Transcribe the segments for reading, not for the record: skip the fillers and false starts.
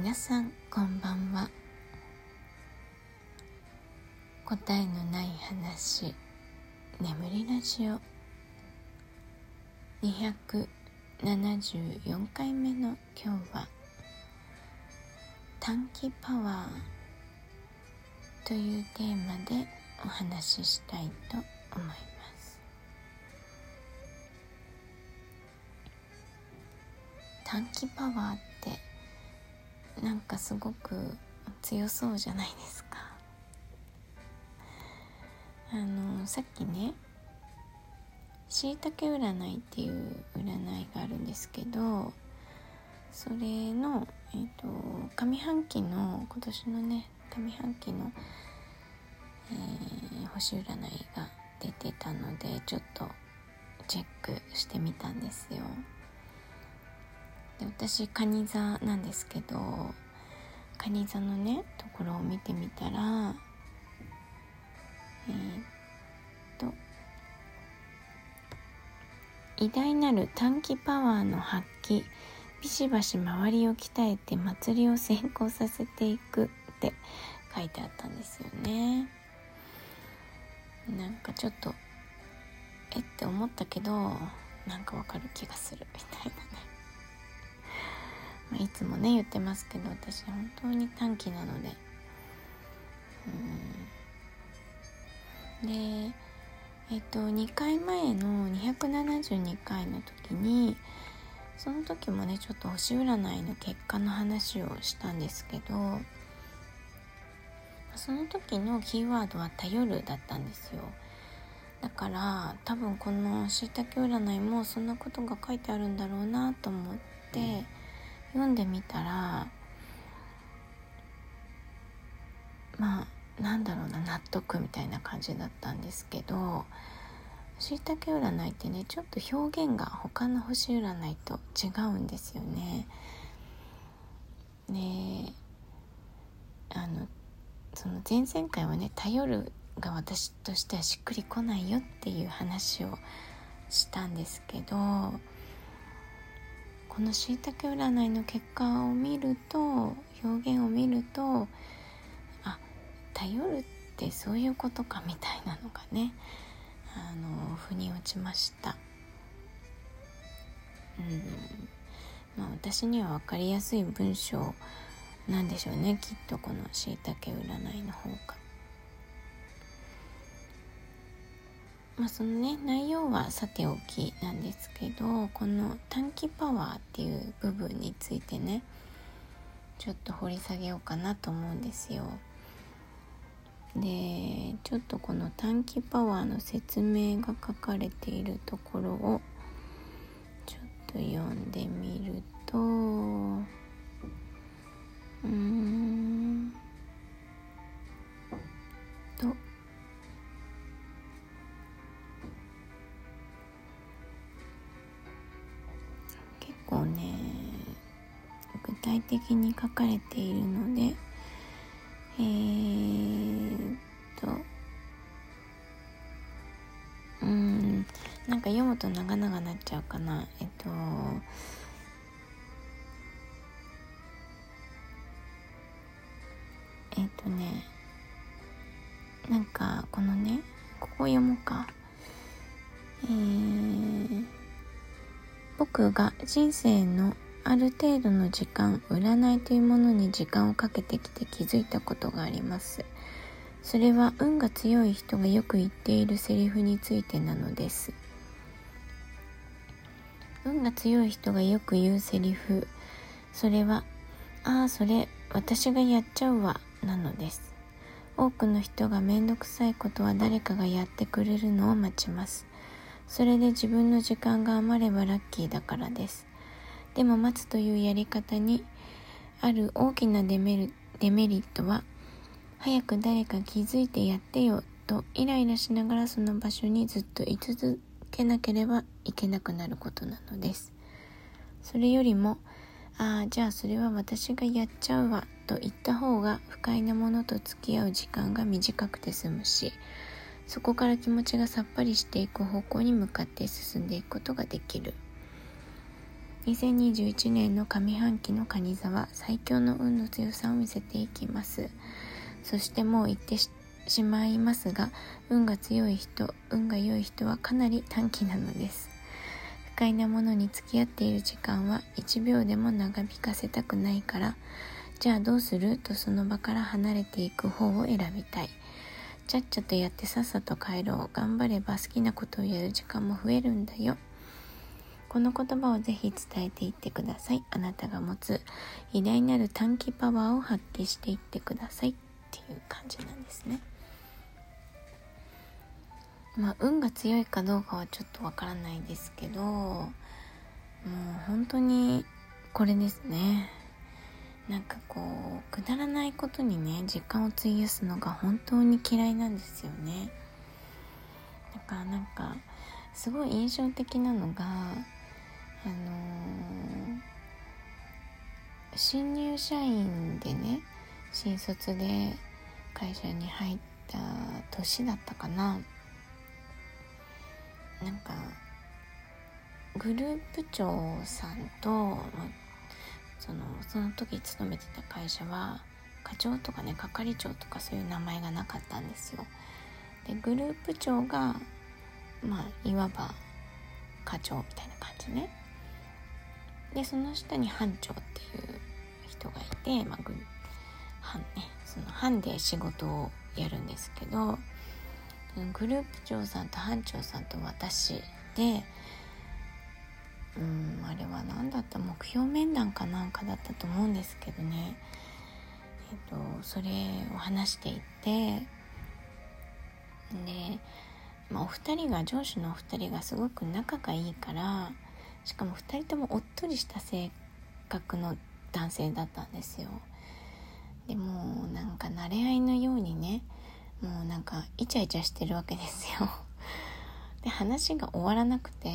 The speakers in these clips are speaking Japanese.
皆さんこんばんは。答えのない話、眠りラジオ274回目の今日は短期パワーというテーマでお話ししたいと思います。短期パワーってなんかすごく強そうじゃないですか。さっきね、しいたけ占いっていう占いがあるんですけど、それの、上半期の今年のね上半期の、星占いが出てたのでちょっとチェックしてみたんですよ。で、私蟹座なんですけど、蟹座のねところを見てみたら、偉大なる短期パワーの発揮、ビシバシ周りを鍛えて祭りを先行させていくって書いてあったんですよね。なんかちょっとって思ったけど、なんかわかる気がするみたいなね。いつもね言ってますけど、私本当に短期なので、で2回前の272回の時に、その時もねちょっと星占いの結果の話をしたんですけど、その時のキーワードは頼るだったんですよ。だから多分このしいたけ占いもそんなことが書いてあるんだろうなと思って読んでみたら、なんだろうな、納得みたいな感じだったんですけど、しいたけ占いってねちょっと表現が他の星占いと違うんですよね。で、その前々回はね頼るが私としてはしっくりこないよっていう話をしたんですけど、このしいたけ占いの結果を見ると、表現を見ると、頼るってそういうことかみたいなのがね腑に落ちました。私には分かりやすい文章なんでしょうね、きっとこのしいたけ占いの方が。そのね内容はさておきなんですけど、この短期パワーっていう部分についてねちょっと掘り下げようかなと思うんですよ。で、ちょっとこの短期パワーの説明が書かれているところをちょっと読んでみると、結構ね具体的に書かれているので、なんか読むと長々なっちゃうかな。なんかこのね、ここ読もうか。僕が人生のある程度の時間、占いというものに時間をかけてきて気づいたことがあります。それは運が強い人がよく言っているセリフについてなのです。運が強い人がよく言うセリフ、それはそれ私がやっちゃうわなのです。多くの人がめんどくさいことは誰かがやってくれるのを待ちます。それで自分の時間が余ればラッキーだからです。でも待つというやり方にある大きなデメリットは、早く誰か気づいてやってよとイライラしながらその場所にずっと居続けなければいけなくなることなのです。それよりもじゃあそれは私がやっちゃうわと言った方が不快なものと付き合う時間が短くて済むし、そこから気持ちがさっぱりしていく方向に向かって進んでいくことができる。 2021年の上半期の蟹座は最強の運の強さを見せていきます。そしてもう言ってしまいますが、運が強い人、運が良い人はかなり短期なのです。不快なものに付き合っている時間は1秒でも長引かせたくないから、じゃあどうするとその場から離れていく方を選びたい。ちゃっちゃとやってさっさと帰ろう。頑張れば好きなことをやる時間も増えるんだよ。この言葉をぜひ伝えていってください。あなたが持つ偉大なる短期パワーを発揮していってくださいっていう感じなんですね。運が強いかどうかはちょっとわからないですけど、もう本当にこれですね。なんかこうくだらないことにね時間を費やすのが本当に嫌いなんですよね。だからなんかすごい印象的なのが新入社員でね、新卒で会社に入った年だったかな。なんかグループ長さんとその時勤めてた会社は課長とかね係長とかそういう名前がなかったんですよ。でグループ長がいわば課長みたいな感じね。でその下に班長っていう人がいて、その班で仕事をやるんですけど、グループ長さんと班長さんと私で、あれは何だった、目標面談かなんかだったと思うんですけどね、それを話していて、で、お二人が上司のお二人がすごく仲がいいから、しかも二人ともおっとりした性格の男性だったんですよ。でもなんか慣れ合いのようにね、もうなんかイチャイチャしてるわけですよ。で話が終わらなくて、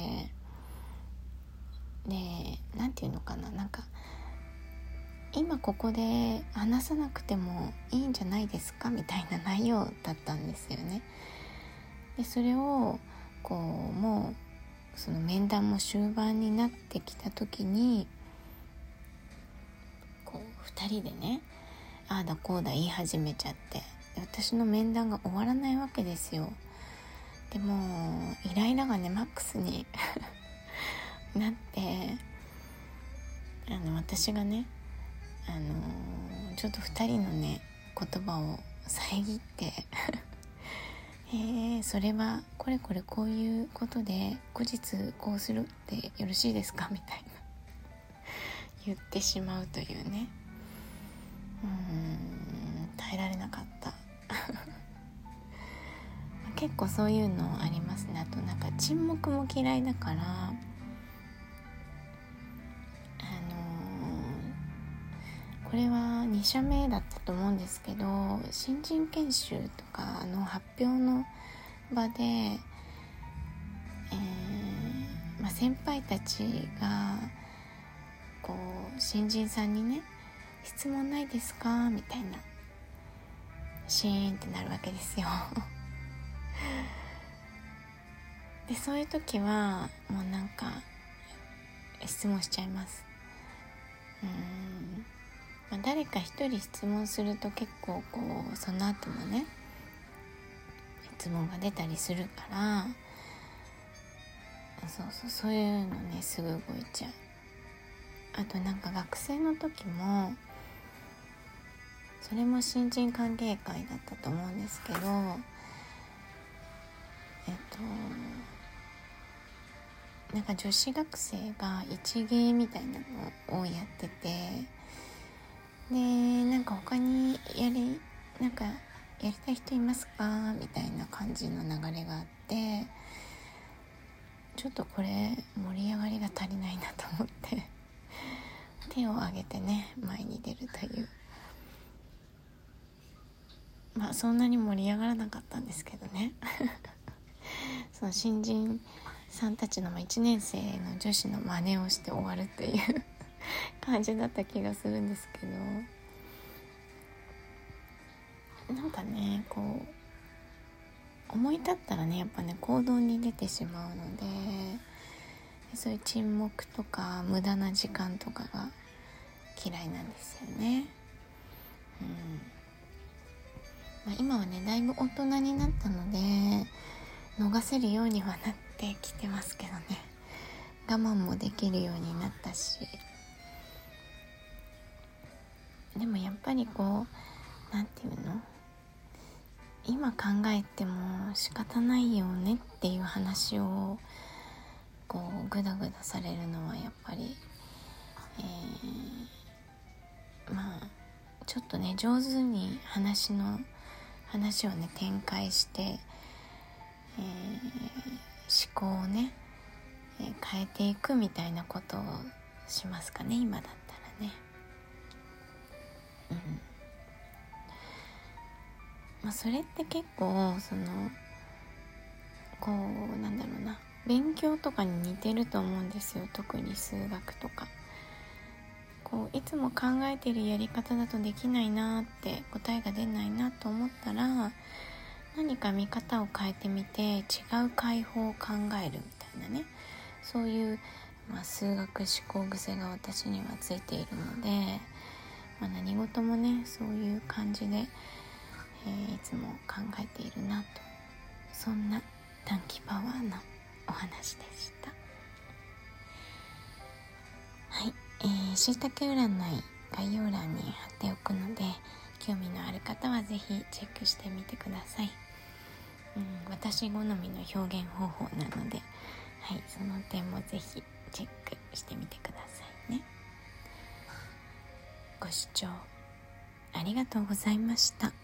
でなんていうのかな、なんか今ここで話さなくてもいいんじゃないですかみたいな内容だったんですよね。でそれをこうもうその面談も終盤になってきた時にこう2人でねああだこうだ言い始めちゃって、で私の面談が終わらないわけですよ。でもイライラがねマックスになって、私がねちょっと2人のね言葉を遮ってそれはこれこれこういうことで後日こうするってよろしいですかみたいな言ってしまうというね、耐えられなかった結構そういうのありますね。あとなんか沈黙も嫌いだから、これは2社目だったと思うんですけど、新人研修とかの発表の場で、先輩たちがこう新人さんにね質問ないですかみたいなシーンってなるわけですよでそういう時はもうなんか質問しちゃいます。誰か一人質問すると結構こうその後もね質問が出たりするから、そういうのねすぐ動いちゃう。あとなんか学生の時もそれも新人歓迎会だったと思うんですけど、なんか女子学生が一芸みたいなのをやってて、でなんか他にやりたい人いますかみたいな感じの流れがあって、ちょっとこれ盛り上がりが足りないなと思って手を挙げてね前に出るという、そんなに盛り上がらなかったんですけどねその新人さんたちの1年生の女子の真似をして終わるっていう感じだった気がするんですけど、なんかねこう思い立ったらねやっぱね行動に出てしまうので、 そういう沈黙とか無駄な時間とかが嫌いなんですよね。今はねだいぶ大人になったので逃せるようにはなってきてますけどね、我慢もできるようになったし、でもやっぱりこうなんていうの、今考えても仕方ないよねっていう話をこうグダグダされるのはやっぱり、ちょっとね上手に話をね展開して、思考をね、変えていくみたいなことをしますかね、今だったらね。それって結構こうなんだろうな、勉強とかに似てると思うんですよ。特に数学とかこういつも考えているやり方だとできないなって答えが出ないなと思ったら何か見方を変えてみて違う解法を考えるみたいなね、そういう、数学思考癖が私にはついているので、何事もねそういう感じで、いつも考えているなと、そんな短期パワーのお話でした。はい、しいたけ占い概要欄に貼っておくので興味のある方はぜひチェックしてみてください。私好みの表現方法なので、はい、その点もぜひチェックしてみてくださいね。ご視聴ありがとうございました。